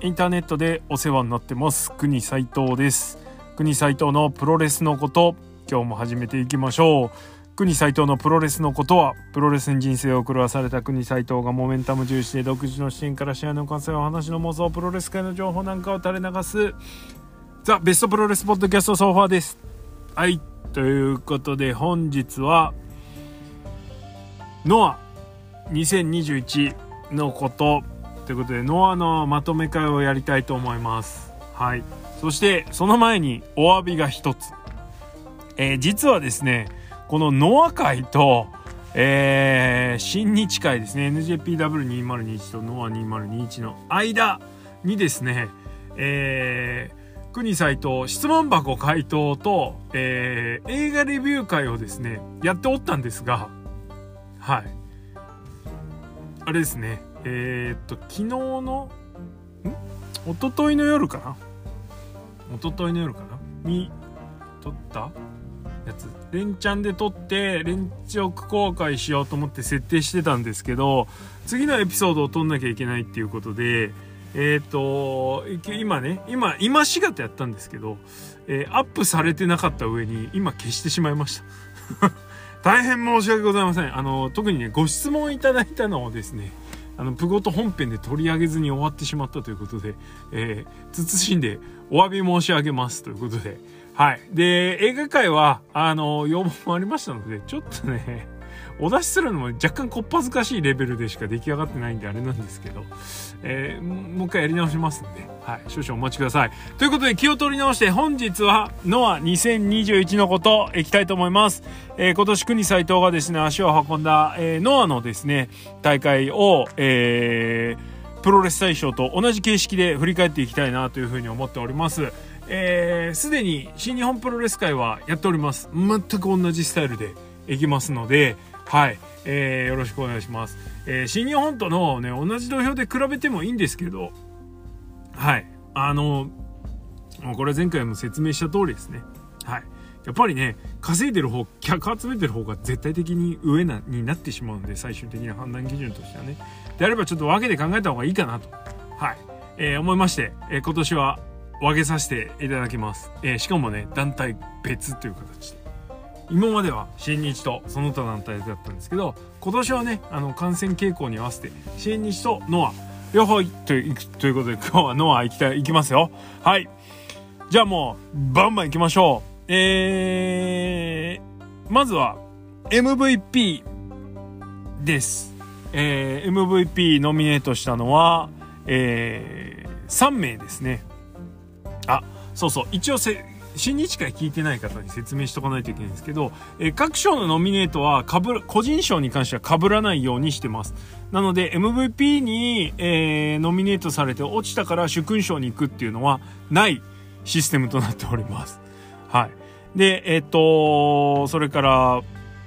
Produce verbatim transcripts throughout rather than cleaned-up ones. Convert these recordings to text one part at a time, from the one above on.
インターネットでお世話になってます国斉藤です。国斉藤のプロレスのこと、今日も始めていきましょう。国斉藤のプロレスのことは、プロレスに人生を狂わされた国斉藤がモメンタム重視で独自の視点から試合の観戦、お話の妄想、プロレス界の情報なんかを垂れ流すザ・ベストプロレスポッドキャストソファーです。はい、ということで本日はノアにせんにじゅういちのことということで、ノアのまとめ会をやりたいと思います。はい。そしてその前にお詫びが一つ、えー、実はですね、このノア会と、えー、新日会ですね エヌジェーピーダブリューにせんにじゅういち とノアにせんにじゅういちの間にですね、えー、国斉藤質問箱回答と、えー、映画レビュー会をですねやっておったんですが、はい、あれですね、えー、っと昨日のん一昨日の夜かな一昨日の夜かなに撮ったやつ、連チャンで撮って連続公開しようと思って設定してたんですけど、次のエピソードを撮んなきゃいけないっていうことで、えっと今ね今今しがたやったんですけど、えー、アップされてなかった上に今消してしまいました大変申し訳ございません。あの特にねご質問いただいたのをですね、あのプゴト本編で取り上げずに終わってしまったということで、えー、慎んでお詫び申し上げますということで、はい。で、映画界は、あの、要望もありましたので、ちょっとね、お出しするのも若干こっぱずかしいレベルでしか出来上がってないんであれなんですけど、えー、もう一回やり直しますんで、はい。少々お待ちください。ということで、気を取り直して、本日は、ノアにせんにじゅういちのこと、いきたいと思います。えー、今年、国斉藤がですね、足を運んだ、えー、ノアのですね、大会を、えー、プロレス大賞と同じ形式で振り返っていきたいなというふうに思っております。えー、すでに新日本プロレス界はやっております。全く同じスタイルでいきますので、はい、えー、よろしくお願いします。えー、新日本とのね、同じ土俵で比べてもいいんですけど、はい、あの、もうこれ前回も説明した通りですね。はい。やっぱりね、稼いでる方、客集めてる方が絶対的に上な、になってしまうんで、最終的な判断基準としてはね。であればちょっと分けて考えた方がいいかなと、はい、えー、思いまして、えー、今年は分けさせていただきます。えー、しかもね、団体別という形で。今までは新日とその他団体だったんですけど、今年はね、あの、感染傾向に合わせて、新日とノア、両方ということで、今日はノア行きたい、行きますよ。はい。じゃあもう、バンバン行きましょう。えー、まずは、エムブイピー です。えー、エムブイピー ノミネートしたのは、えー、さん名ですね。あ、そうそう。一応せ、新日会聞いてない方に説明しとかないといけないんですけど、えー、各賞のノミネートはかぶ、個人賞に関しては被らないようにしてます。なので、エムブイピー に、えー、ノミネートされて落ちたから主勲賞に行くっていうのはないシステムとなっております。はい。で、えっと、それから、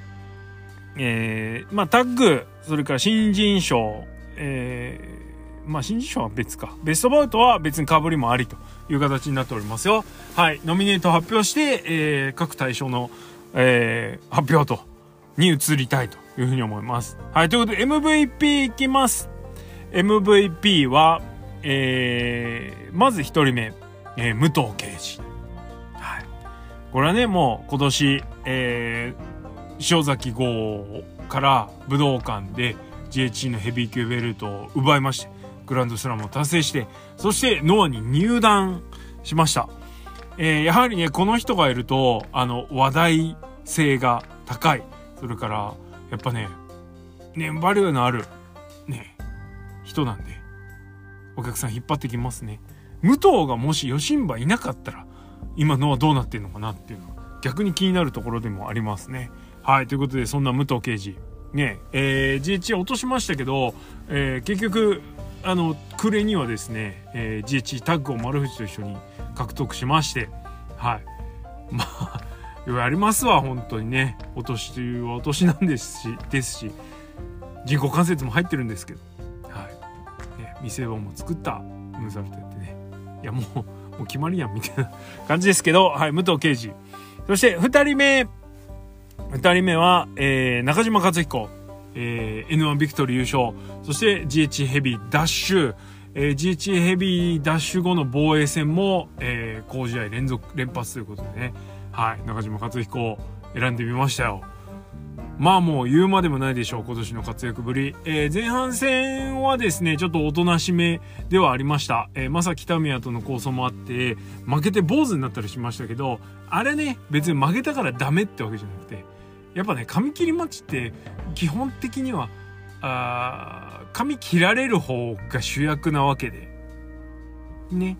えー、まあ、タッグ、それから新人賞、えー、まあ、新人賞は別か。ベストバウトは別に被りもありという形になっておりますよ。はい。ノミネート発表して、えー、各対象の、えー、発表と、に移りたいというふうに思います。はい。ということで、エムブイピー いきます。エムブイピー は、えー、まず一人目、えー、武藤敬司。はい。これはね、もう今年、えー、塩崎号から武道館で ジェイエイチシー のヘビー級ベルトを奪いまして、グランドスラムを達成して、そしてノアに入団しました。えー、やはりね、この人がいると、あの、話題性が高い。それから、やっぱね、粘りのある、ね、人なんで、お客さん引っ張ってきますね。武藤がもし吉ンバいなかったら、今ノアどうなってんのかなっていうのは、逆に気になるところでもありますね。はい、ということで、そんな武藤敬司。ね、えー、ジェイエイチシー 落としましたけど、えー、結局、あの暮れにはですね、えー、ジェイエイチシー タッグを丸藤と一緒に獲得しまして、はい、まあやりますわ本当にね。落としという落としなんですしですし、人工関節も入ってるんですけど、はい、ね、見せ場も作ったムーザルトやってね、いやもうもう決まりやんみたいな感じですけど、はい、武藤敬司。そしてふたりめふたりめは、えー、中島克彦。えー、エヌワン ビクトリー優勝、そして ジーエイチ ヘビーダッシュ、 えー、ジーエイチエー ヘビーダッシュ後の防衛戦も、えー、好試合連続連発ということでね、はい、中島克彦を選んでみましたよ。まあもう言うまでもないでしょう、今年の活躍ぶり。えー、前半戦はですねちょっとおとなしめではありました。えー、まさきたみやとの構想もあって負けて坊主になったりしましたけど、あれね別に負けたからダメってわけじゃなくて、やっぱね髪切りマッチって基本的にはあ髪切られる方が主役なわけでね、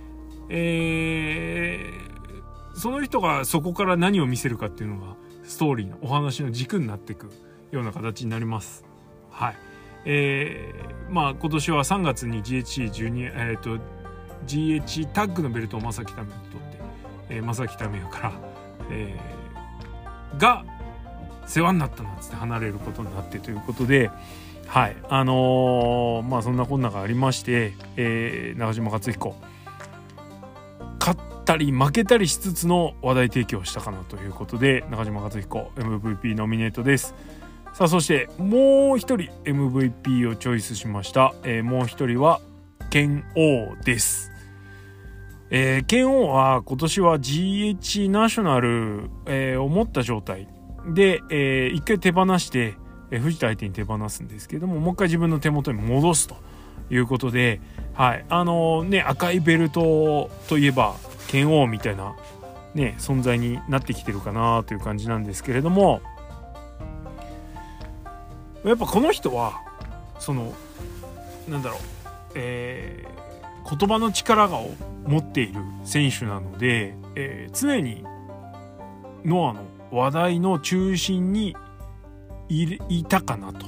えー、その人がそこから何を見せるかっていうのがストーリーのお話の軸になっていくような形になります。はい。えー、まあ今年はさんがつに ジーエイチシーじゅうに えっ、ー、と ジーエイチ タッグのベルトを正木民也と取って、えー、正木民也から、えー、が世話になったなっつって離れることになってということで、はいあのー、まあそんなこんながありまして、えー、中島克彦勝ったり負けたりしつつの話題提供をしたかなということで、中島克彦 エムブイピー ノミネートです。さあそしてもう一人 エムブイピー をチョイスしました。えー、もう一人は剣王です。えー、剣王は今年は ジーエイチ ナショナル、えー、を持った状態で、えー、一回手放して、えー、藤田相手に手放すんですけども、もう一回自分の手元に戻すということで、はいあのー、ね赤いベルトといえば剣王みたいなね存在になってきてるかなという感じなんですけれども、やっぱこの人はそのなんだろう、えー、言葉の力を持っている選手なので、えー、常にノアの話題の中心に い, いたかなと。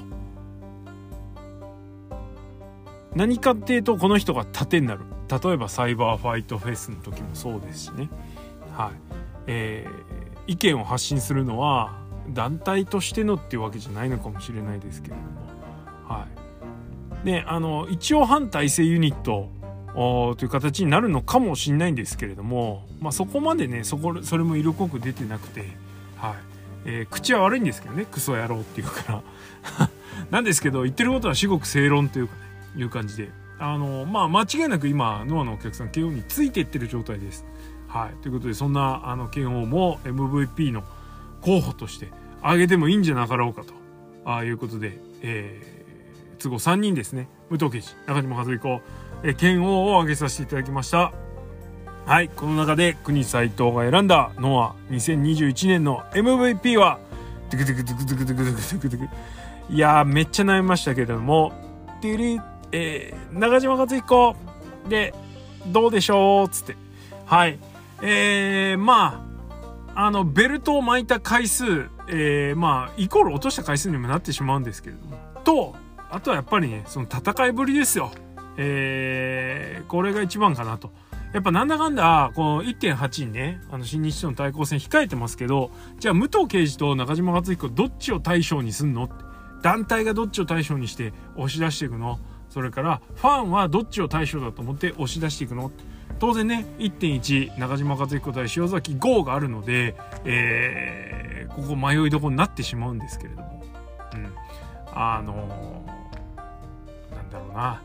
何かっていうとこの人が盾になる。例えばサイバーファイトフェスの時もそうですしね、はいえー、意見を発信するのは団体としてのっていうわけじゃないのかもしれないですけれども、はいであの一応反体制ユニットという形になるのかもしれないんですけれども、まあ、そこまでねそこそれも色濃く出てなくて、はいえー、口は悪いんですけどね、クソ野郎っていうからなんですけど言ってることは至極正論というかねいう感じで、あのまあ間違いなく今ノアのお客さん ケーオー についていってる状態です。はいということで、そんなあの ケーオー も エムブイピー の候補として挙げてもいいんじゃなかろうかとあいうことで、えー、都合さんにんですね、武藤敬司、中島和彦、えー、剣王を挙げさせていただきました。はい、この中で国斉藤が選んだノアにせんにじゅういちねんの エムブイピー はトゥクトゥクトゥクトゥクトゥクトゥクトゥクトゥクいやーめっちゃ悩みましたけれども、ティリえー、中島克彦でどうでしょうっつって、はいえー、まああのベルトを巻いた回数、えー、まあイコール落とした回数にもなってしまうんですけれども、とあとはやっぱりねその戦いぶりですよ。えー、これが一番かなと。やっぱなんだかんだこの いってんはち にねあの新日との対抗戦控えてますけど、じゃあ武藤敬司と中島克彦どっちを対象にすんのって、団体がどっちを対象にして押し出していくの、それからファンはどっちを対象だと思って押し出していくの。当然ね いってんいち 中島克彦対塩崎豪があるので、えー、ここ迷いどころになってしまうんですけれども、うん、あのー、なんだろうな、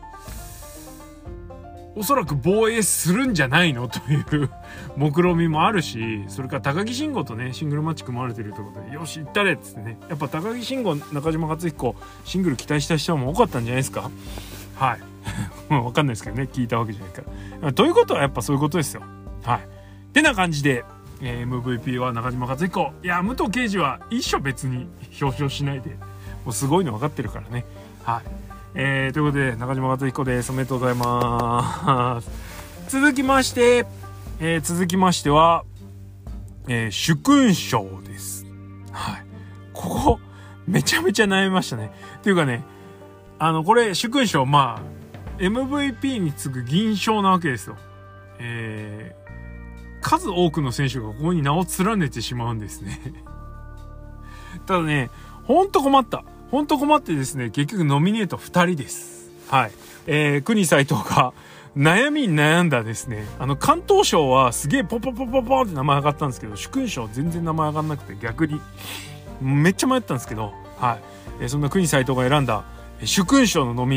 おそらく防衛するんじゃないのという目論みもあるし、それから高木慎吾とねシングルマッチ組まれてるということで、よし行ったれっつってね、やっぱ高木慎吾中島克彦シングル期待した人も多かったんじゃないですか。はい分かんないですけどね、聞いたわけじゃないからということはやっぱそういうことですよ。はいってな感じで、えー、エムブイピー は中島克彦。いや武藤敬司は一緒別に表彰しないで、もうすごいの分かってるからね。はい、えー、ということで中島克彦です。おめでとうございます続きまして、えー、続きましては、えー、主勲賞です。はいここめちゃめちゃ悩みましたね。っていうかね、あのこれ主勲賞まあ エムブイピー に次ぐ銀賞なわけですよ。えー、数多くの選手がここに名を連ねてしまうんですねただねほんと困ったほんと困ってですね、結局ノミネートふたりです。はい、えー、国斉藤が悩みに悩んだですね、あの関東賞はすげえポポポポポって名前上がったんですけど、主勲賞全然名前上がんなくて逆にめっちゃ迷ったんですけど、はい、えー、そんな国斉藤が選んだ主勲賞のノミネート、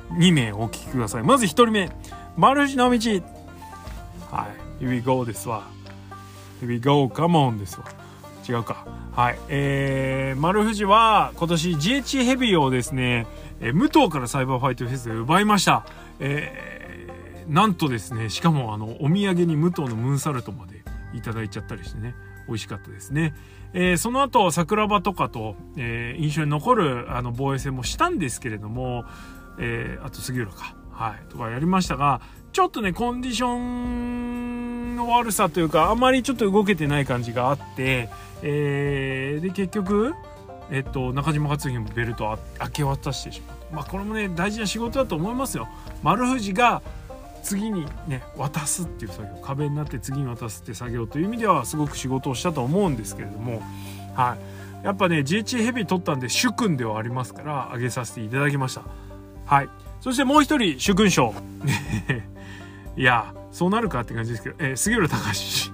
にめいお聞きください。まずひとりめ、丸藤直道。はい、Here we go ですわ。Here we go, come on ですわ。違うか。はい、えー、丸藤は今年 ジーエイチ ヘビーをですね、えー、武藤からサイバーファイトフェスで奪いました。えー、なんとですね、しかもあのお土産に武藤のムーンサルトまでいただいちゃったりしてね、美味しかったですね。えー、その後桜庭とかと、えー、印象に残るあの防衛戦もしたんですけれども、えー、あと杉浦か、はい、とかやりましたが、ちょっとねコンディションの悪さというか、あまりちょっと動けてない感じがあって、えー、で結局、えっと、中島克彦もベルトを明け渡してしまう。まあこれもね大事な仕事だと思いますよ。丸藤が次にね渡すっていう作業、壁になって次に渡すっていう作業という意味ではすごく仕事をしたと思うんですけれども、はい、やっぱね ジーエイチ ヘビー取ったんで主君ではありますから上げさせていただきました。はい、そしてもう一人主君賞いやそうなるかって感じですけど、えー、杉浦隆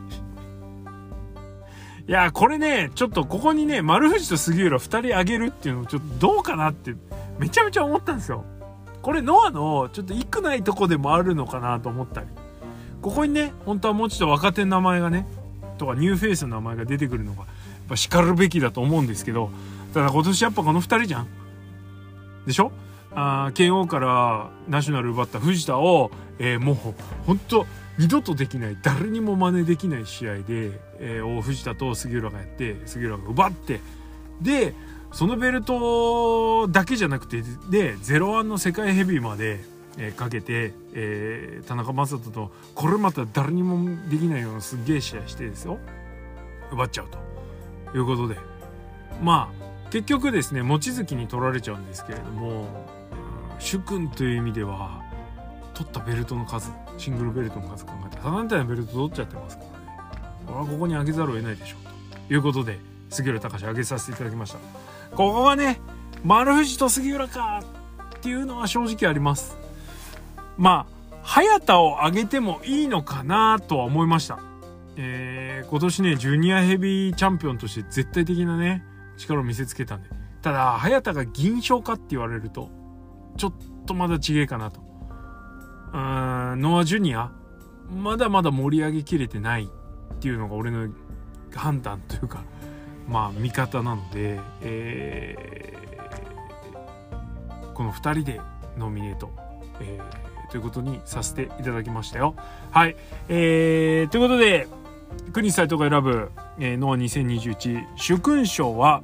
いやこれねちょっとここにね丸藤と杉浦ふたり上げるっていうのもちょっとどうかなってめちゃめちゃ思ったんですよ。これノアのちょっと幾ないとこでもあるのかなと思ったり、ここにね本当はもうちょっと若手の名前がねとかニューフェイスの名前が出てくるのがやっぱしかるべきだと思うんですけど、ただ今年やっぱこのふたりじゃんでしょ。あ剣王からナショナル奪った藤田を、えー、もう本当二度とできない、誰にも真似できない試合で、えー、藤田と杉浦がやって、杉浦が奪って、でそのベルトだけじゃなくてでゼロワンの世界ヘビーまで、えー、かけて、えー、田中将人とこれまた誰にもできないようなすっげえ試合してですよ奪っちゃうということで、まあ結局ですね望月に取られちゃうんですけれども、主君という意味では取ったベルトの数、シングルベルトの数考えたらさん体のベルト取っちゃってますからね、これはここに上げざるを得ないでしょうということで杉浦隆上げさせていただきました。ここがね丸藤と杉浦かっていうのは正直あります。まあ早田を上げてもいいのかなとは思いました。えー、今年ねジュニアヘビーチャンピオンとして絶対的なね力を見せつけたんで、ただ早田が銀賞かって言われるとちょっとまだ違えかなと。うーんノアジュニアまだまだ盛り上げきれてないっていうのが俺の判断というかまあ見方なので、えー、このふたりでノミネート、えー、ということにさせていただきましたよ。はい、えー、ということで国西藤が選ぶ、えー、ノアにせんにじゅういち主勲賞は、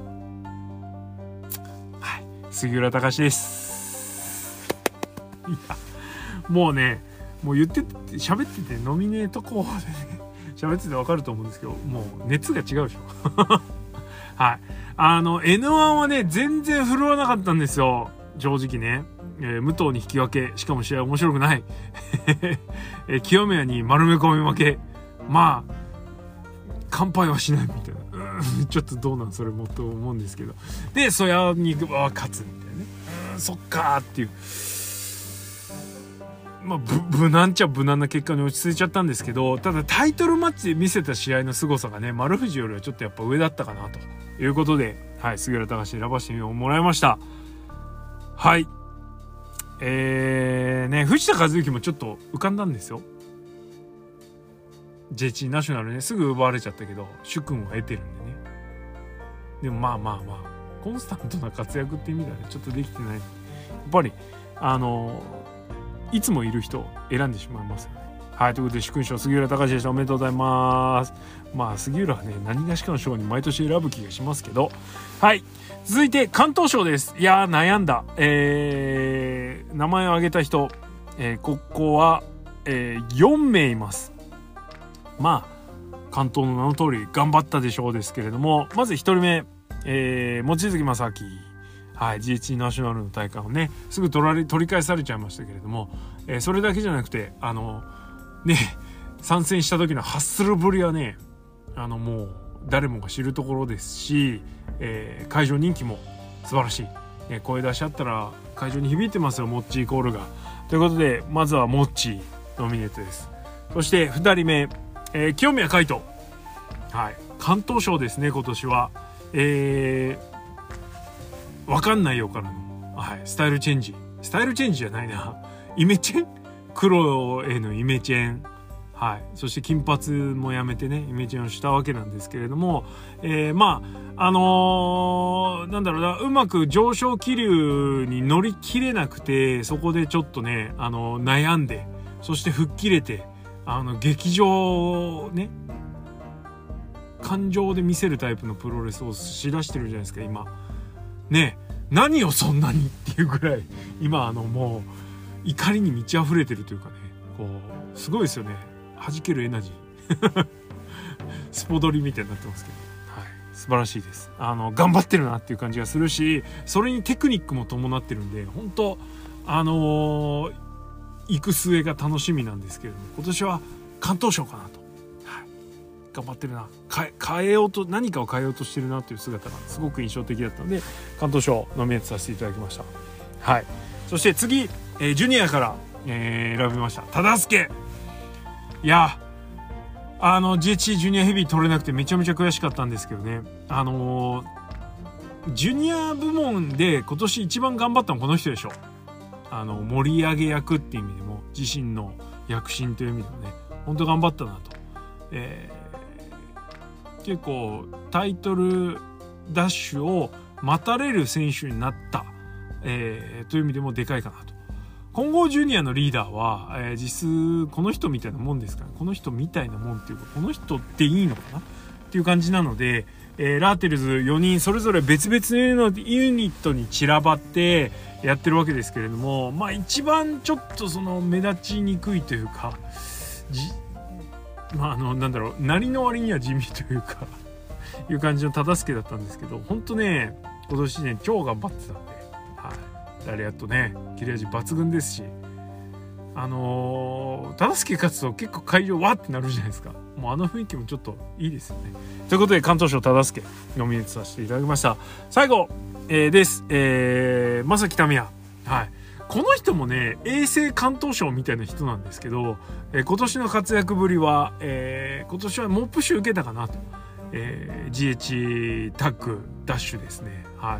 はい、杉浦隆です。いやもうねもう言ってて喋っててノミネート候補でね喋ってて分かると思うんですけど、もう熱が違うでしょはい、あの エヌワン はね全然振るわなかったんですよ正直ね、えー、武藤に引き分け、しかも試合面白くない、えー、清宮に丸め込み負け、まあ乾杯はしないみたいな、うんちょっとどうなんそれもと思うんですけど、でソヤには勝つみたいなね、うんそっかーっていう、まあ、無難っちゃ無難な結果に落ち着いちゃったんですけど、ただタイトルマッチで見せた試合の凄さがね丸藤よりはちょっとやっぱ上だったかなということで、はい、杉浦隆選ばせてもらいました。はい、えーね藤田和幸もちょっと浮かんだんですよ。 ジェイエイチ ナショナルねすぐ奪われちゃったけど主君を得てるんでね、でもまあまあまあコンスタントな活躍って意味ではねちょっとできてない、やっぱりあのいつもいる人を選んでしまいますよね。はい、ということで主勲賞杉浦隆でした。おめでとうございます。まあ杉浦はね何がしかの賞に毎年選ぶ気がしますけど、はい、続いて関東賞です。いやー悩んだ、えー、名前を挙げた人、えー、ここは、えー、よんめいいます。まあ関東の名の通り頑張ったでしょうですけれども、まずひとりめ、えー、望月正明、はい、ジーエイチ ナショナルの大会をねすぐ取られ取り返されちゃいましたけれども、えー、それだけじゃなくてあのね参戦した時のハッスルぶりはねあのもう誰もが知るところですし、えー、会場人気も素晴らしい、えー、声出し合ったら会場に響いてますよモッチーコールが。ということでまずはモッチーノミネートです。そしてふたりめ、えー、清宮海斗、はい、関東賞ですね今年は。えー分かんないよからの、はい、スタイルチェンジスタイルチェンジじゃないな。イメチェン黒へのイメチェン。はい。そして金髪もやめてね、イメチェンをしたわけなんですけれども、えー、まあ、あのー、なんだろうな、うまく上昇気流に乗り切れなくて、そこでちょっとね、あのー、悩んで、そして吹っ切れて、あの、劇場ね、感情で見せるタイプのプロレスをしだしてるじゃないですか、今。ね、何をそんなにっていうぐらい、今、あの、もう、怒りに満ち溢れてるというかね、こう、すごいですよね。弾けるエナジー。スポドリみたいになってますけど。はい。素晴らしいです。あの、頑張ってるなっていう感じがするし、それにテクニックも伴ってるんで、本当あのー、行く末が楽しみなんですけれども、今年は関東賞かなと。はい。頑張ってるな。変え、変えようと、何かを変えようとしてるなという姿がすごく印象的だったので、関東賞ノミネートさせていただきました。はい。そして次、えー、ジュニアから、えー、選びました。忠相。いや、あの ジェイエイチ ジュニアヘビー取れなくてめちゃめちゃ悔しかったんですけどね。あのー、ジュニア部門で今年一番頑張ったのはこの人でしょ。あの盛り上げ役っていう意味でも自身の躍進という意味でもね、本当頑張ったなと。えー、結構タイトルダッシュを待たれる選手になった、えー、という意味でもでかいかなと。混合ジュニアのリーダーは、えー、実質この人みたいなもんですから、ね、この人みたいなもんっていうか、この人っていいのかなっていう感じなので、えー、ラーテルズよにんそれぞれ別々のユニットに散らばってやってるわけですけれども、まあ一番ちょっとその目立ちにくいというか、じまああのなんだろう、なりの割には地味というかいう感じの忠相だったんですけど、本当ね今年ね超頑張ってたんで、はい、誰やっとね切れ味抜群ですし、あのー、忠相勝つと結構会場わってなるじゃないですか。もうあの雰囲気もちょっといいですよね。ということで関東賞忠相ノミネートさせていただきました。最後、えー、です、えー、正木民也、はい、この人もね永世関東賞みたいな人なんですけど、えー、今年の活躍ぶりは、えー、今年はモップ賞受けたかなと、えー、ジーエイチ タッグダッシュですね、はい、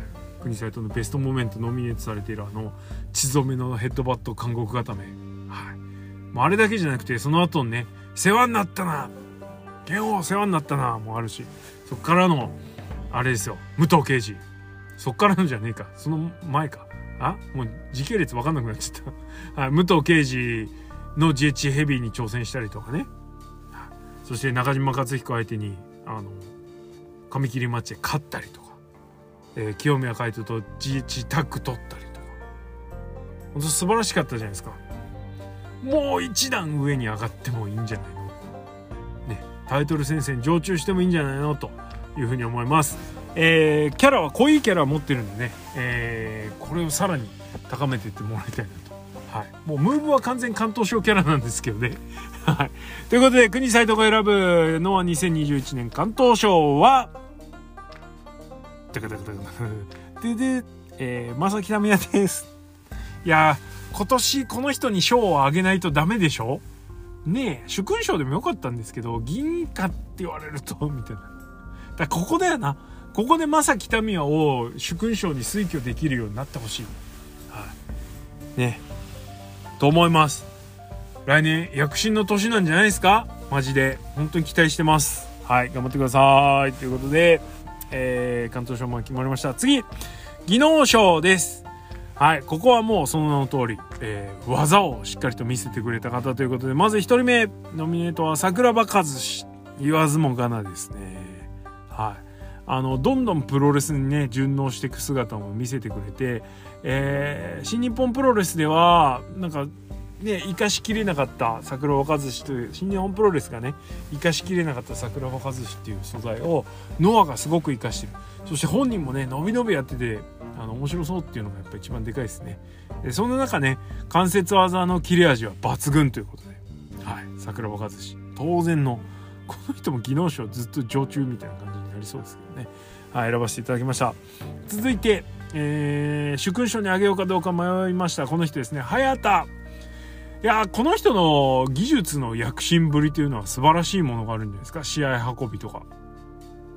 国サイトのベストモメントノミネートされているあの血染めのヘッドバット監獄固め、はい、もうあれだけじゃなくてその後にね世話になったな、剣王世話になったなもあるし、そっからのあれですよ、武藤敬司、そっからのじゃねえか、その前か、あもう時系列分かんなくなっちゃった、はい、武藤敬司の ジーエイチ ヘビーに挑戦したりとかね、はい、そして中島克彦相手にあの紙切りマッチで勝ったりとか、えー、清宮海斗と ジーエイチ タッグ取ったりとか、本当素晴らしかったじゃないですか。もう一段上に上がってもいいんじゃないの、ね、タイトル戦線常駐してもいいんじゃないのというふうに思います。えー、キャラは濃いキャラを持ってるんでね、えー、これをさらに高めていってもらいたいなと、はい、もうムーブは完全関東賞キャラなんですけどね、はい、ということで国サイトが選ぶのはにせんにじゅういちねん関東賞はででで、えー、正木民也です。いや今年この人に賞をあげないとダメでしょねえ、主勲賞でもよかったんですけど銀貨って言われるとみたいな、だからここだよな、ここで正木民也を主勲賞に推挙できるようになってほしい、はい、ねと思います。来年躍進の年なんじゃないですか、マジで本当に期待してます。はい、頑張ってくださいということで、えー、関東賞も決まりました。次技能賞です。はい、ここはもうその名の通り、えー、技をしっかりと見せてくれた方ということで、まずひとりめノミネートは桜庭和志、言わずもがなですね。はい、あのどんどんプロレスにね順応していく姿も見せてくれて、えー、新日本プロレスではなんかね生かしきれなかった桜庭和志という、新日本プロレスがね生かしきれなかった桜庭和志っていう素材をノアがすごく生かしてる。そして本人もね伸び伸びやっててあの面白そうっていうのがやっぱり一番でかいですね。でその中ね関節技の切れ味は抜群ということで、はい、桜庭和志当然のこの人も技能賞ずっと常駐みたいな感じになりそうですけどね、はい、選ばせていただきました。続いて、えー、主勲賞にあげようかどうか迷いましたこの人ですね、早田。いやこの人の技術の躍進ぶりというのは素晴らしいものがあるんじゃないですか。試合運びとか、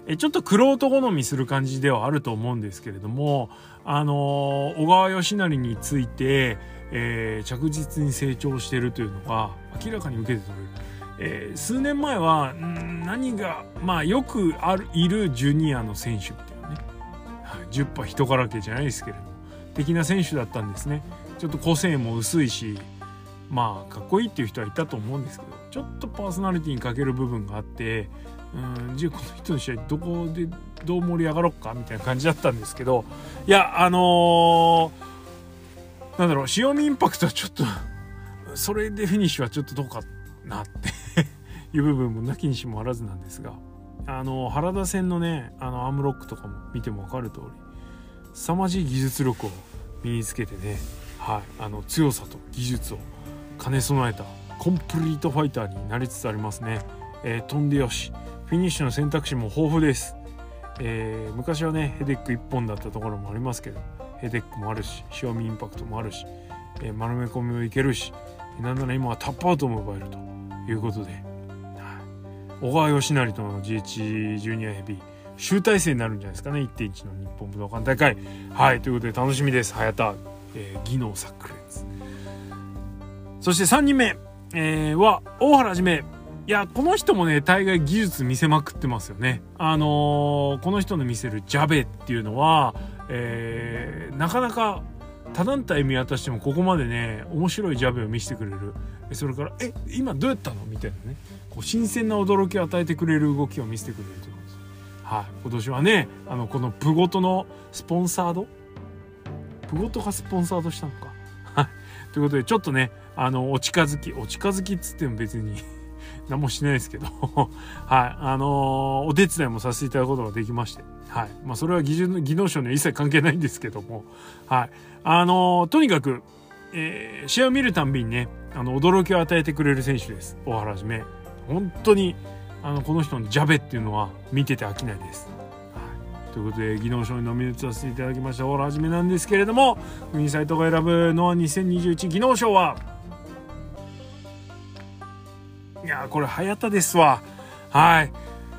えちょっと玄人好みする感じではあると思うんですけれども、あのー、小川義成について、えー、着実に成長しているというのが明らかに受けて取れる。えー、数年前はん何がまあよくあるいるジュニアの選手っていうのはね、はい、じゅっぱ人からけじゃないですけれども的な選手だったんですね。ちょっと個性も薄いし、まあかっこいいっていう人はいたと思うんですけど、ちょっとパーソナリティに欠ける部分があって、うんじゃあこの人の試合どこでどう盛り上がろうかみたいな感じだったんですけど、いやあのー、なんだろう、塩見インパクトはちょっとそれでフィニッシュはちょっとどうかなっていう部分もなきにしもあらずなんですが、あの原田戦のねあのアームロックとかも見ても分かる通り凄まじい技術力を身につけてね、はい、あの強さと技術を兼ね備えたコンプリートファイターになりつつありますね。えー、飛んでよし、フィニッシュの選択肢も豊富です。えー、昔はねヘデックいっぽんだったところもありますけど、ヘデックもあるし塩見インパクトもあるし、えー、丸め込みもいけるし、なんなら今はタップアウトも奪えるということで、はい、小川義成との ジーエイチ ジュニアヘビー集大成になるんじゃないですかね。 いってんいち の日本武道館大会、はいということで楽しみです。早田、えー、技能炸裂。そしてさんにんめ、えー、は大原はじめ。いやこの人もね大概技術見せまくってますよね。あのー、この人の見せるジャベっていうのは、えー、なかなか他団体見渡してもここまでね面白いジャベを見せてくれる。それからえ今どうやったのみたいなね、こう新鮮な驚きを与えてくれる動きを見せてくれるということです。はい、今年はねあのこのプゴトのスポンサードプゴトがスポンサードしたのかはいということでちょっとねあのお近づきお近づきっつっても別に何もしないですけどはいあのー、お手伝いもさせていただくことができまして、はいまあそれは技術技能賞には一切関係ないんですけども、はいあのー、とにかく、えー、試合を見るたんびにねあの驚きを与えてくれる選手です。大原はじめ本当にあのこの人のジャベっていうのは見てて飽きないです。はい、ということで技能賞にノミネートさせていただきました大原はじめなんですけれども、国サイトが選ぶノアにせんにじゅういち技能賞はいやこれ早田ですわ。はい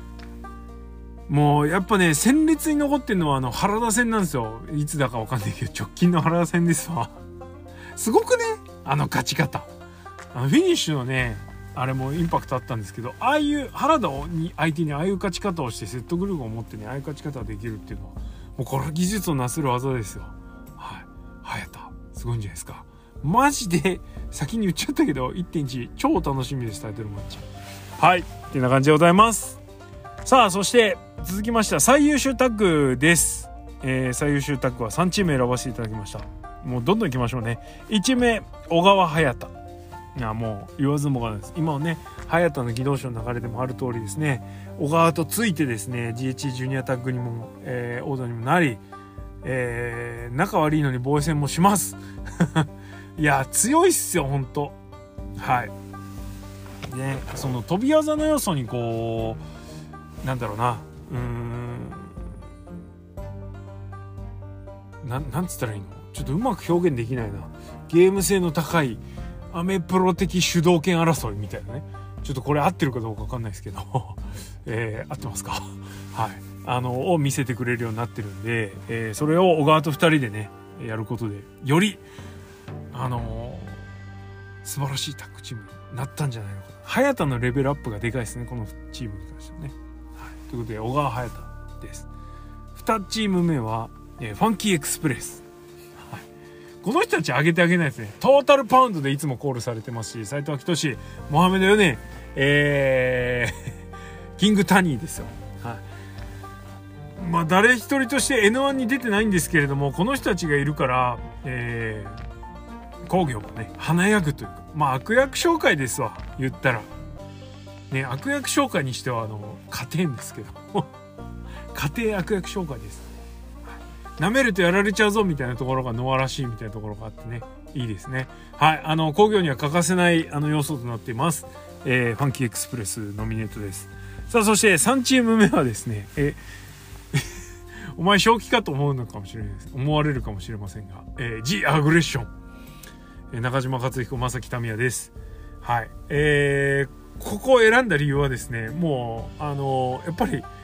もうやっぱね鮮烈に残ってるのはあの原田戦なんですよ。いつだかわかんないけど直近の原田戦ですわ。すごくねあの勝ち方、あのフィニッシュのねあれもインパクトあったんですけど、ああいう原田に相手にああいう勝ち方をして説得力を持ってねああいう勝ち方ができるっていうのはもうこれは技術をなする技ですよ。はい早田すごいんじゃないですか。マジで先に言っちゃったけど いってんいち 超楽しみです。タイトルマッチはいってな感じでございます。さあそして続きましては最優秀タッグです。えー、最優秀タッグはさんチーム選ばせていただきました。もうどんどんいきましょうね。いちめ小川隼人、いやもう言わずもがなです。今はね隼人の技能賞の流れでもある通りですね、小川とついてですね ジーエイチ ジュニアタッグにも、えー、王座にもなり、えー、仲悪いのに防衛戦もしますいや強いっすよほんと。はいねその飛び技の要素にこうなんだろうなうーんななんつったらいいの、ちょっとうまく表現できないな。ゲーム性の高いアメプロ的主導権争いみたいなね、ちょっとこれ合ってるかどうか分かんないですけどえー、合ってますかはいあのを見せてくれるようになってるんで、えー、それを小川とふたりでねやることでよりあのー、素晴らしいタッグチームになったんじゃないのかな。早田のレベルアップがでかいですねこのチームに関してはね、はい、ということで小川隼人です。にチーム目は、えー、ファンキーエクスプレス、はい、この人たち上げてあげないですね。トータルパウンドでいつもコールされてますし、斉藤明俊、モハメドヨネ、えー、キングタニーですよ。はい、まあ誰一人として エヌワン に出てないんですけれども、この人たちがいるから、えー、工業もね華やぐというか、まあ悪役紹介ですわ言ったらね、悪役紹介にしてはあの勝てんですけど家庭悪役紹介です。舐めるとやられちゃうぞみたいなところがノアらしいみたいなところがあってねいいですね。はいあの工業には欠かせないあの要素となっています。えー、ファンキーエクスプレスノミネートです。さあそしてさんチーム目はですねえお前正気かと思うのかもしれないです思われるかもしれませんが、えー、ジ・アグレッション、えー、中島克彦正木民也です。はいえー、ここを選んだ理由はですねもうあのー、やっぱり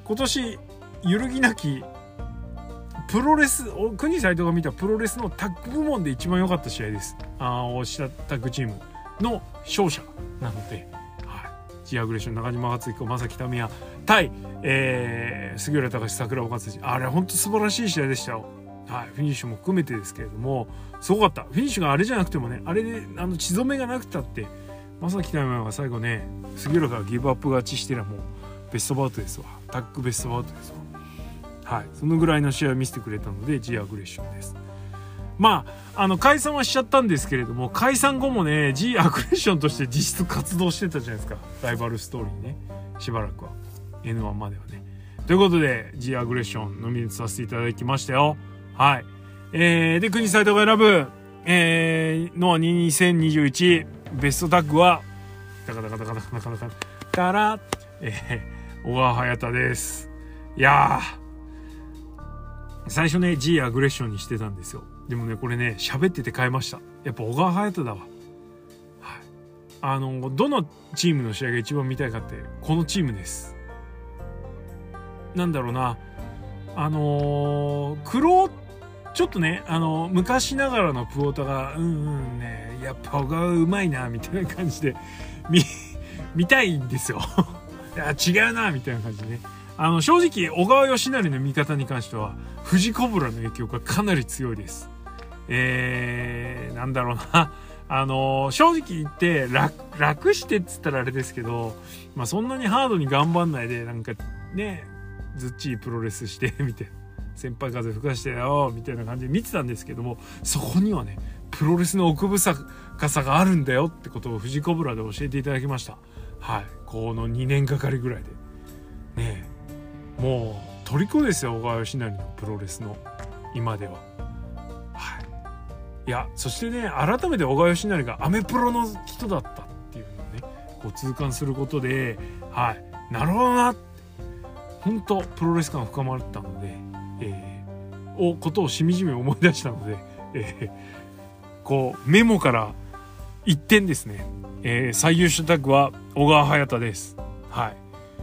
今年揺るぎなきプロレス、国斉藤が見たプロレスのタッグ部門で一番良かった試合です。あー下タッグチームの勝者なので、はい、G アグレッション中島克彦正木民也対、えー、杉浦隆桜岡敦、あれ本当素晴らしい試合でしたよ。はい、フィニッシュも含めてですけれどもすごかった。フィニッシュがあれじゃなくてもね、あれであの血染めがなくたって正木民也が最後ね杉浦がギブアップ勝ちしてらもうベストバウトですわ。タッグベストバウトですわ。はい、そのぐらいの試合を見せてくれたので G アグレッションです。まああの解散はしちゃったんですけれども、解散後もね G アグレッションとして実質活動してたじゃないですか。ライバルストーリーね、しばらくは エヌワン まではね。ということで G アグレッションノミネートさせていただきましたよ。はい、えー、で国斉藤が選ぶ、えー、ノアにせんにじゅういちベストタッグはダカダカダカダカダカダカから、えー、小川隼太です。いやー最初ね G アグレッションにしてたんですよ。でもねこれね喋ってて変えました。やっぱ小川隼人だわ。はい、あのどのチームの試合が一番見たいかってこのチームです。なんだろうな、あのー、クロちょっとねあの昔ながらのプオタがうんうんねやっぱ小川うまいなみたいな感じで見見たいんですよ。いや違うなみたいな感じでね。あの正直小川義成の味方に関しては富士コブラの影響がかなり強いです。えー、なんだろうなあの正直言って楽楽してっつったらあれですけど、まあ、そんなにハードに頑張んないでなんかねずっちいプロレスしてみたいな先輩風吹かしてよみたいな感じで見てたんですけども、そこにはねプロレスの奥深さがあるんだよってことを富士コブラで教えていただきました。はい、このにねんがかりぐらいでねえもう虜ですよ小川義成のプロレスの今では。はい、いやそしてね改めて小川義成がアメプロの人だったっていうのをねこう痛感することで、はいなるほどなって本当プロレス感深まったので、えー、おことをしみじみ思い出したので、えー、こうメモからいってんですね、えー、最優秀タッグは小川隼人です。はい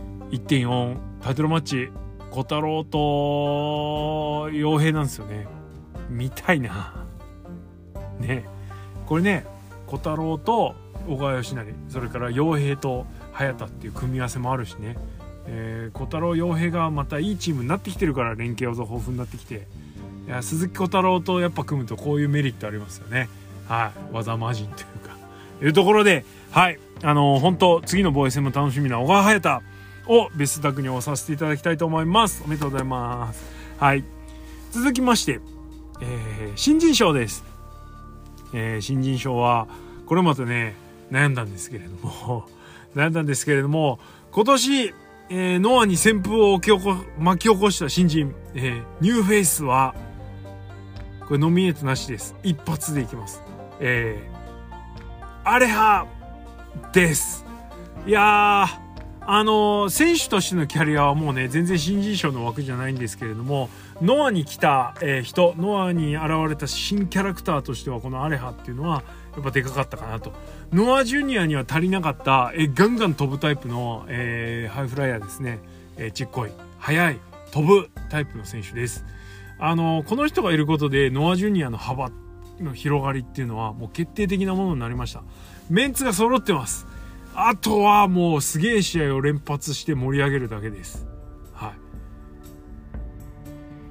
いってんよん タイトルマッチ小太郎と傭兵なんですよね。見たいなね。これね小太郎と小川義成それから傭兵と隼人っていう組み合わせもあるしね、えー、小太郎傭兵がまたいいチームになってきてるから連携技豊富になってきて、いや鈴木小太郎とやっぱ組むとこういうメリットありますよね。はい技魔人というかいうところで、はいあのー、本当次の防衛戦も楽しみな小川隼人をベストタッグに押させていただきたいと思います。おめでとうございます。はい、続きまして、えー、新人賞です。えー、新人賞はこれまたね悩んだんですけれども悩んだんですけれども今年、えー、ノアに旋風を巻き起こ、巻き起こした新人、えー、ニューフェイスはこれノミネートなしです。一発でいきます。えー、アレハです。いやーあの選手としてのキャリアはもうね全然新人賞の枠じゃないんですけれども、ノアに来た、えー、人ノアに現れた新キャラクターとしてはこのアレハっていうのはやっぱでかかったかなと。ノアジュニアには足りなかった、えー、ガンガン飛ぶタイプの、えー、ハイフライヤーですね、えー、ちっこい速い飛ぶタイプの選手です。あのこの人がいることでノアジュニアの幅の広がりっていうのはもう決定的なものになりました。メンツが揃ってます。あとはもうすげえ試合を連発して盛り上げるだけです。はい。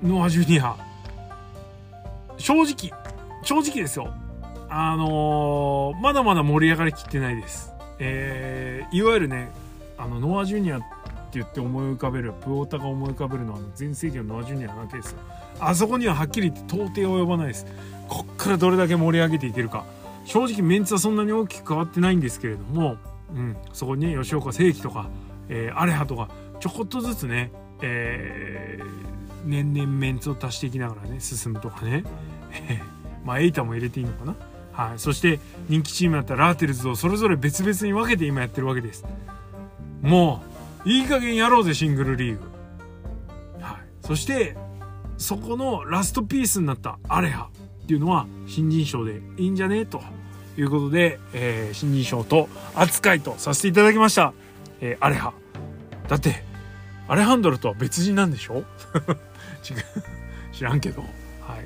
ノアジュニア正直正直ですよ。あのー、まだまだ盛り上がりきってないです。えー、いわゆるねあのノアジュニアって言って思い浮かべるプオタが思い浮かべるのは全盛期のノアジュニアなわけですよ。あそこにははっきり言って到底及ばないです。こっからどれだけ盛り上げていけるか。正直メンツはそんなに大きく変わってないんですけれども、うん、そこにね吉岡聖輝とか、えー、アレハとかちょこっとずつね、えー、年々メンツを足していきながらね進むとかねまあエイタも入れていいのかな。はい、そして人気チームだったらラーテルズをそれぞれ別々に分けて今やってるわけです。もういい加減やろうぜシングルリーグ。はい、そしてそこのラストピースになったアレハっていうのは新人賞でいいんじゃねえということで、えー、新人賞と扱いとさせていただきました。えー、アレハだってアレハンドロとは別人なんでしょ違う知らんけど。はい、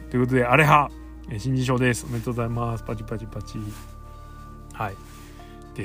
ということでアレハ新人賞です。おめでとうございます。パチパチパチ。はいです。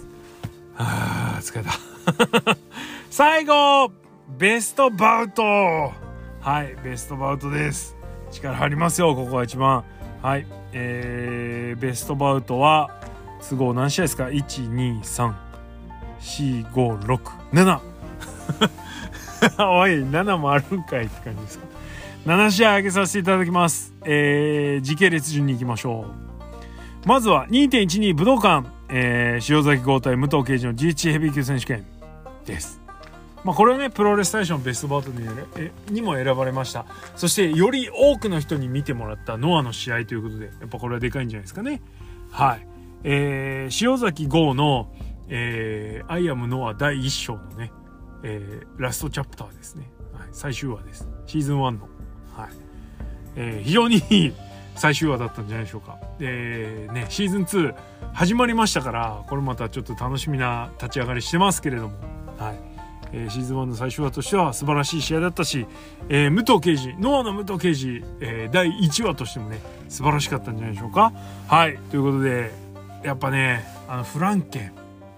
あー疲れた最後ベストバウト。はいベストバウトです。力入りますよここが一番。はい、えー、ベストバウトは都合何試合ですか。 いちにさんよんごろくなな おいななもあるんかいって感じですか。なな試合上げさせていただきます。えー、時系列順に行きましょう。まずは にてんいちに 武道館、えー、塩崎豪対武藤敬司の ジーエイチ ヘビー級選手権です。まあこれはねプロレス大賞のベストバウトににも選ばれました。そしてより多くの人に見てもらったノアの試合ということで、やっぱこれはでかいんじゃないですかね。はい、えー、塩崎豪の、えー、アイアムノアだいいっ章のね、えー、ラストチャプターですね。はい、最終話です。シーズンワンの、はい、えー、非常にいい最終話だったんじゃないでしょうか。でね、シーズンツー始まりましたから、これまたちょっと楽しみな立ち上がりしてますけれども、はい、えー、シーズンワンの最終話としては素晴らしい試合だったし、えー、武藤敬司ノアの武藤敬司、えー、だいいちわとしてもね素晴らしかったんじゃないでしょうか。はい、ということでやっぱねあのフランケン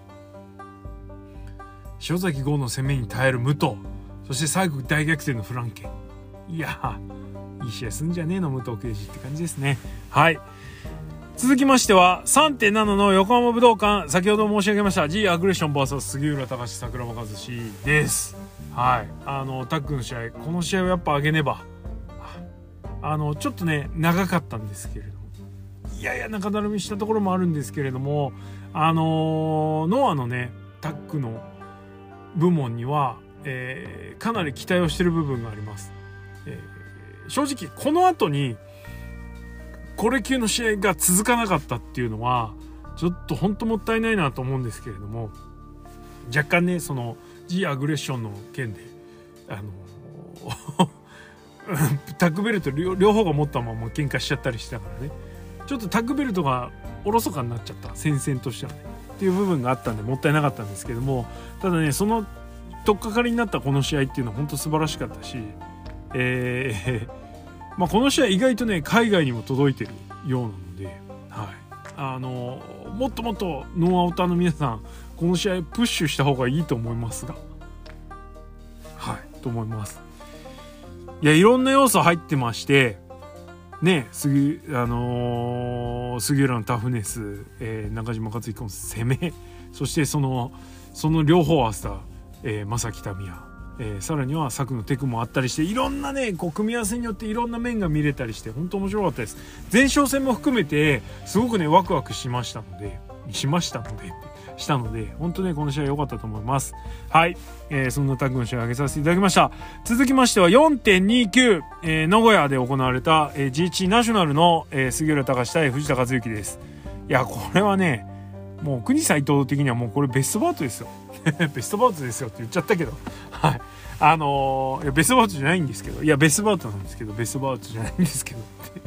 塩崎豪の攻めに耐える武藤、そして最後大逆転のフランケン、いやいい試合すんじゃねえの武藤敬司って感じですね。はい、続きましては さんてんなな の横浜武道館、先ほど申し上げました G アグレッション ブイエス 杉浦隆桜庭和志です。はい、あのタッグの試合、この試合をやっぱ上げねば、あのちょっとね長かったんですけれども、いやいや中だるみしたところもあるんですけれども、あのノアのねタッグの部門には、えー、かなり期待をしている部分があります。えー、正直この後にこれ級の試合が続かなかったっていうのはちょっと本当もったいないなと思うんですけれども、若干ねその G アグレッションの件であのタッグベルト 両, 両方が持ったまま喧嘩しちゃったりしたからね、ちょっとタッグベルトがおろそかになっちゃった、戦線としてはねっていう部分があったんでもったいなかったんですけども、ただねその取っかかりになったこの試合っていうのは本当素晴らしかったし、えーまあ、この試合意外とね海外にも届いてるようなので、はい、あのもっともっとノーアウターの皆さんこの試合プッシュした方がいいと思いますが、はいと思います。いやいろんな要素入ってましてね、杉あのー、杉浦のタフネス、えー、中島克彦の攻め、そしてそのその両方を合わせた、えー、正木民也、えー、さらには策のテクもあったりして、いろんなねこう組み合わせによっていろんな面が見れたりして本当面白かったです。前哨戦も含めてすごくねワクワクしましたのでしましたのでしたので本当ねこの試合良かったと思います。はい、えー、そんなタッグの試合を上げさせていただきました。続きましては よんてんにきゅう、えー、名古屋で行われた、えー、ジーエイチ ナショナルの、えー、杉浦隆対藤田和幸です。いやこれはねもう国斎藤的にはもうこれベストバウトですよベストバウトですよって言っちゃったけどはいあのー、いやベストバウトじゃないんですけど、いやベストバウトなんですけどベストバウトじゃないんですけど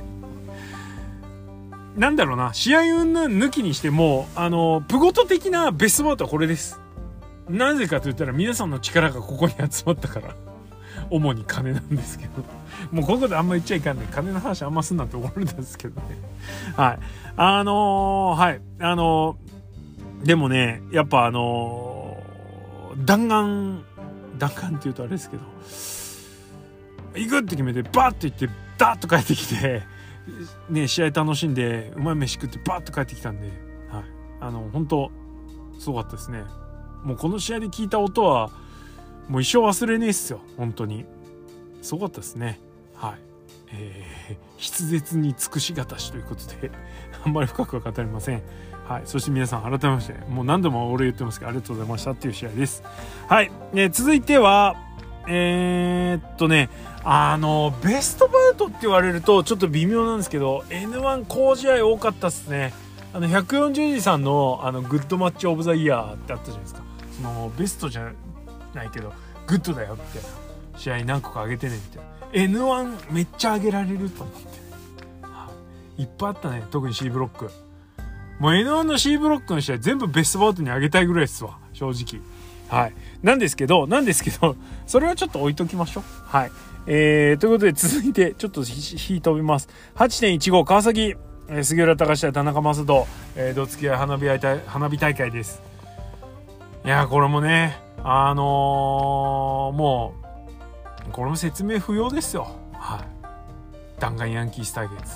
なんだろうな、試合云々抜きにしてもあのプゴト的なベストバウトはこれです。なぜかと言ったら皆さんの力がここに集まったから主に金なんですけど、もうここであんま言っちゃいかんね、金の話あんますんなって怒られたんですけどねはいあのー、はいあのー、でもねやっぱあのー、弾丸弾丸って言うとあれですけど行くって決めてバーッと行ってダーッと帰ってきてね、試合楽しんでうまい飯食ってバーッと帰ってきたんで、はい、あの本当すごかったですね。もうこの試合で聞いた音はもう一生忘れねえっすよ。本当にすごかったですね。はい、えー、筆舌に尽くしがたしということであんまり深くは語りません。はい、そして皆さん改めましてもう何度も俺言ってますけどありがとうございましたっていう試合です。はい、えー、続いてはえー、っとねあのベストバウトって言われるとちょっと微妙なんですけど エヌワン 好試合多かったっすね。あのひゃくよんじゅうじさんのあのグッドマッチオブザイヤーってあったじゃないですか。そのベストじゃないけどグッドだよみたいな試合何個か上げてねみたいな エヌワン めっちゃ上げられると思って、はい、いっぱいあったね。特に C ブロックもう エヌワン の C ブロックの試合全部ベストバウトに上げたいぐらいですわ正直。 はい。なんですけど、なんですけど、それはちょっと置いときましょう。はい。えー、ということで続いて、ちょっと火飛びます。はちてんいちご 川崎、えー、杉浦隆対田中将人、えー、どつき合い花火大花火大会です。いやー、これもね、あのー、もう、これも説明不要ですよ。はい。弾丸ヤンキース対決。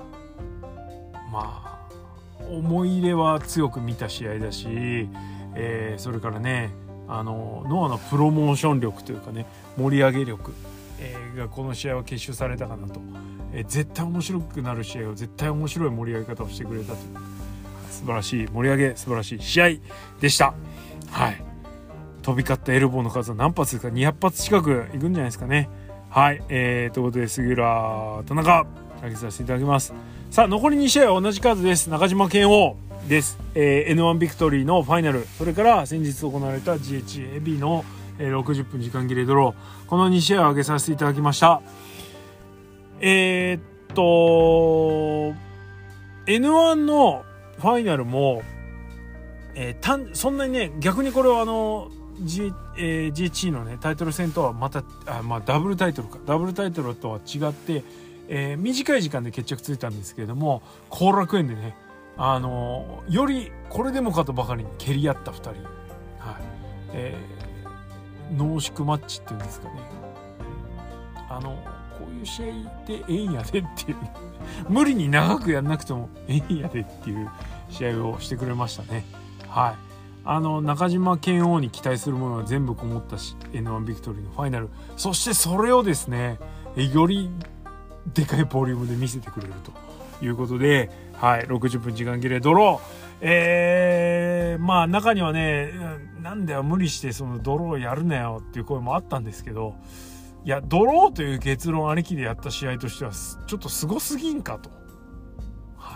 まあ、思い入れは強く見た試合だし、えー、それからね、あのノアのプロモーション力というかね、盛り上げ力、えー、がこの試合は結集されたかなと、えー、絶対面白くなる試合を絶対面白い盛り上げ方をしてくれたという素晴らしい盛り上げ素晴らしい試合でした。はい。飛び交ったエルボーの数は何発ですか？にひゃく発近くいくんじゃないですかね。はい、えー、ということで杉浦田中挙げさせていただきます。さあ残りに試合は同じ数です。中島健王です、えー、エヌワン ビクトリーのファイナル、それから先日行われた ジーエイチエービー の、えー、ろくじゅっぷん時間切れドロー、このに試合を挙げさせていただきました。えー、っと エヌワン のファイナルも、えー、たんそんなにね、逆にこれはあの G、えー、ジーエイチイー のねタイトル戦とはまたあ、まあ、ダブルタイトルかダブルタイトルとは違って、えー、短い時間で決着ついたんですけれども、後楽園でね、あのよりこれでもかとばかりに蹴り合ったふたり、はい、えー、濃縮マッチっていうんですかね、あのこういう試合でええんやでっていう無理に長くやんなくてもええんやでっていう試合をしてくれましたね。はい。あの中島健王に期待するものは全部こもったし エヌワン ビクトリーのファイナル、そしてそれをですねよりでかいボリュームで見せてくれるということで、はい、ろくじゅっぷん時間切れドロー、えー、まあ中にはね、なんだよ無理してそのドローやるなよっていう声もあったんですけど、いやドローという結論ありきでやった試合としてはちょっとすごすぎんかと、はい、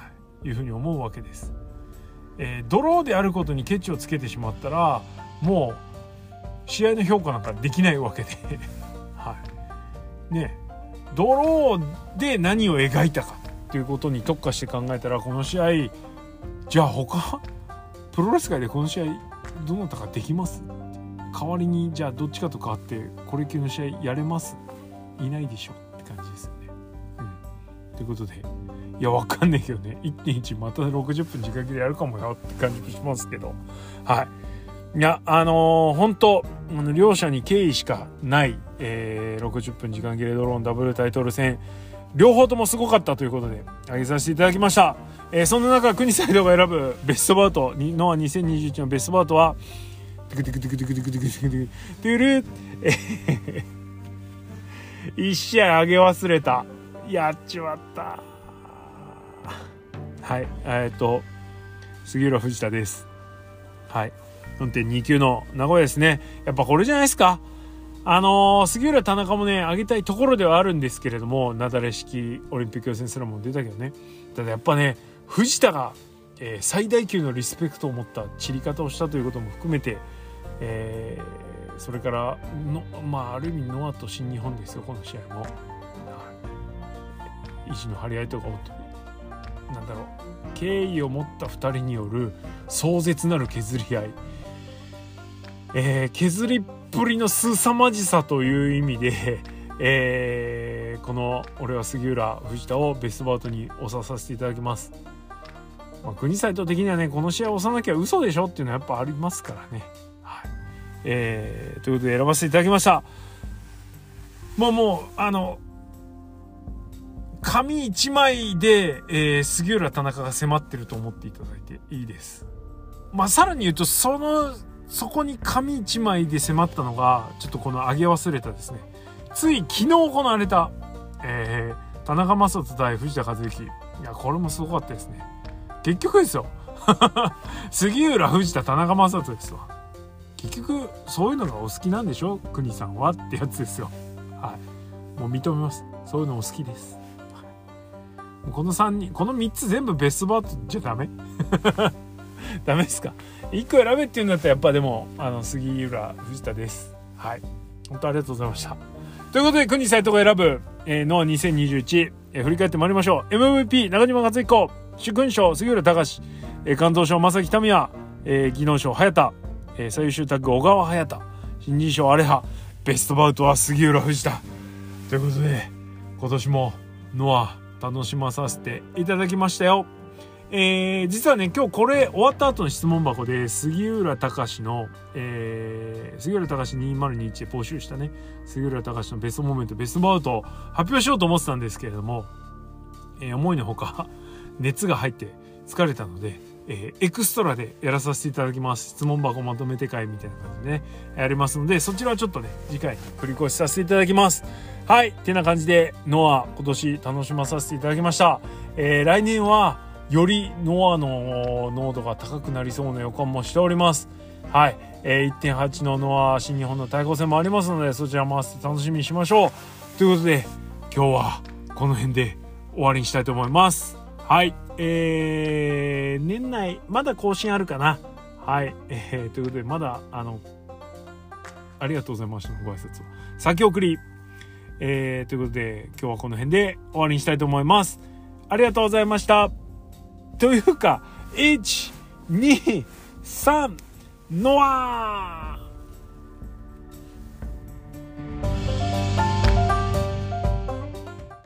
いうふうに思うわけです。えー、ドローであることにケチをつけてしまったらもう試合の評価なんかできないわけではいね、ドローで何を描いたかということに特化して考えたら、この試合じゃあ他プロレス界でこの試合どなたかできます？代わりにじゃあどっちかと変わってこれ級の試合やれます？いないでしょって感じですよね。うん、ということで、いやわかんないけどね いってんいち またろくじゅっぷん時間切れやるかもよって感じもしますけど、はい。いやあのー、本当あの両者に敬意しかない、えー、ろくじゅっぷん時間切れドローンダブルタイトル戦、両方ともすごかったということで挙げさせていただきました。えー、そんな中国サイドが選ぶベストバウトノアにせんにじゅういちのベストバウトはテクテクテクテクテクテクテクテクテル一試合上げ忘れた、やっちまった。はい、えっと杉浦藤田です。はい、よんてんにきゅう の名古屋ですね。やっぱこれじゃないですか。あのー、杉浦田中もね上げたいところではあるんですけれども、なだれ式オリンピック予選すらも出たけどね、ただやっぱね藤田が、えー、最大級のリスペクトを持った散り方をしたということも含めて、えー、それからの、まあ、ある意味ノアと新日本ですよ、この試合も、はい、意地の張り合いとかもなんだろう、敬意を持ったふたりによる壮絶なる削り合い、えー、削りっぷりの凄まじさという意味で、えー、この俺は杉浦藤田をベストバウトに押ささせていただきます。まあ、国サイト的にはねこの試合を押さなきゃ嘘でしょっていうのはやっぱありますからね、はい、えー、ということで選ばせていただきました。もうもうあの紙一枚で、えー、杉浦田中が迫ってると思っていただいていいです。まあさらに言うとそのそこに紙一枚で迫ったのがちょっとこの上げ忘れたですね、つい昨日行われた、えー、田中将人対藤田和幸、いやこれもすごかったですね。結局ですよ杉浦藤田田中将人ですわ。結局そういうのがお好きなんでしょ国さんはってやつですよ。はい、もう認めます。そういうのも好きです。はい、このさんにんこのみっつ全部ベストバウトじゃダメダメですか。いっこ選べっていうんだったらやっぱでもあの杉浦藤田です。はい、本当ありがとうございました。ということで国サイトが選ぶ、えー、ノアにせんにじゅういち、えー、振り返ってまいりましょう。 エムブイピー 中島克彦、主勲賞杉浦隆、えー、関東賞正木民也、えー、技能賞早田、 えー、最優秀タッグ小川隼人、新人賞アレハ、ベストバウトは杉浦藤田ということで、今年もノア楽しまさせていただきましたよ。えー、実はね、今日これ終わった後の質問箱で杉浦隆の、えー、杉浦隆にせんにじゅういちで募集したね、杉浦隆のベストモーメントベストバウトを発表しようと思ってたんですけれども、えー、思いのほか熱が入って疲れたので、えー、エクストラでやらさせていただきます。質問箱まとめて会みたいな感じでねやりますので、そちらはちょっとね次回に繰り越しさせていただきます。はい、てな感じでノア今年楽しまさせていただきました。えー、来年はよりノアの濃度が高くなりそうな予感もしております。はい、えー、いってんはち のノア新日本の対抗戦もありますので、そちらも合わせて楽しみにしましょうということで、今日はこの辺で終わりにしたいと思います。はい、えー、年内まだ更新あるかな。はい、えー、ということでまだあのありがとうございましたのご挨拶を先送り、えー、ということで今日はこの辺で終わりにしたいと思います。ありがとうございました。というかいち、に、さんノア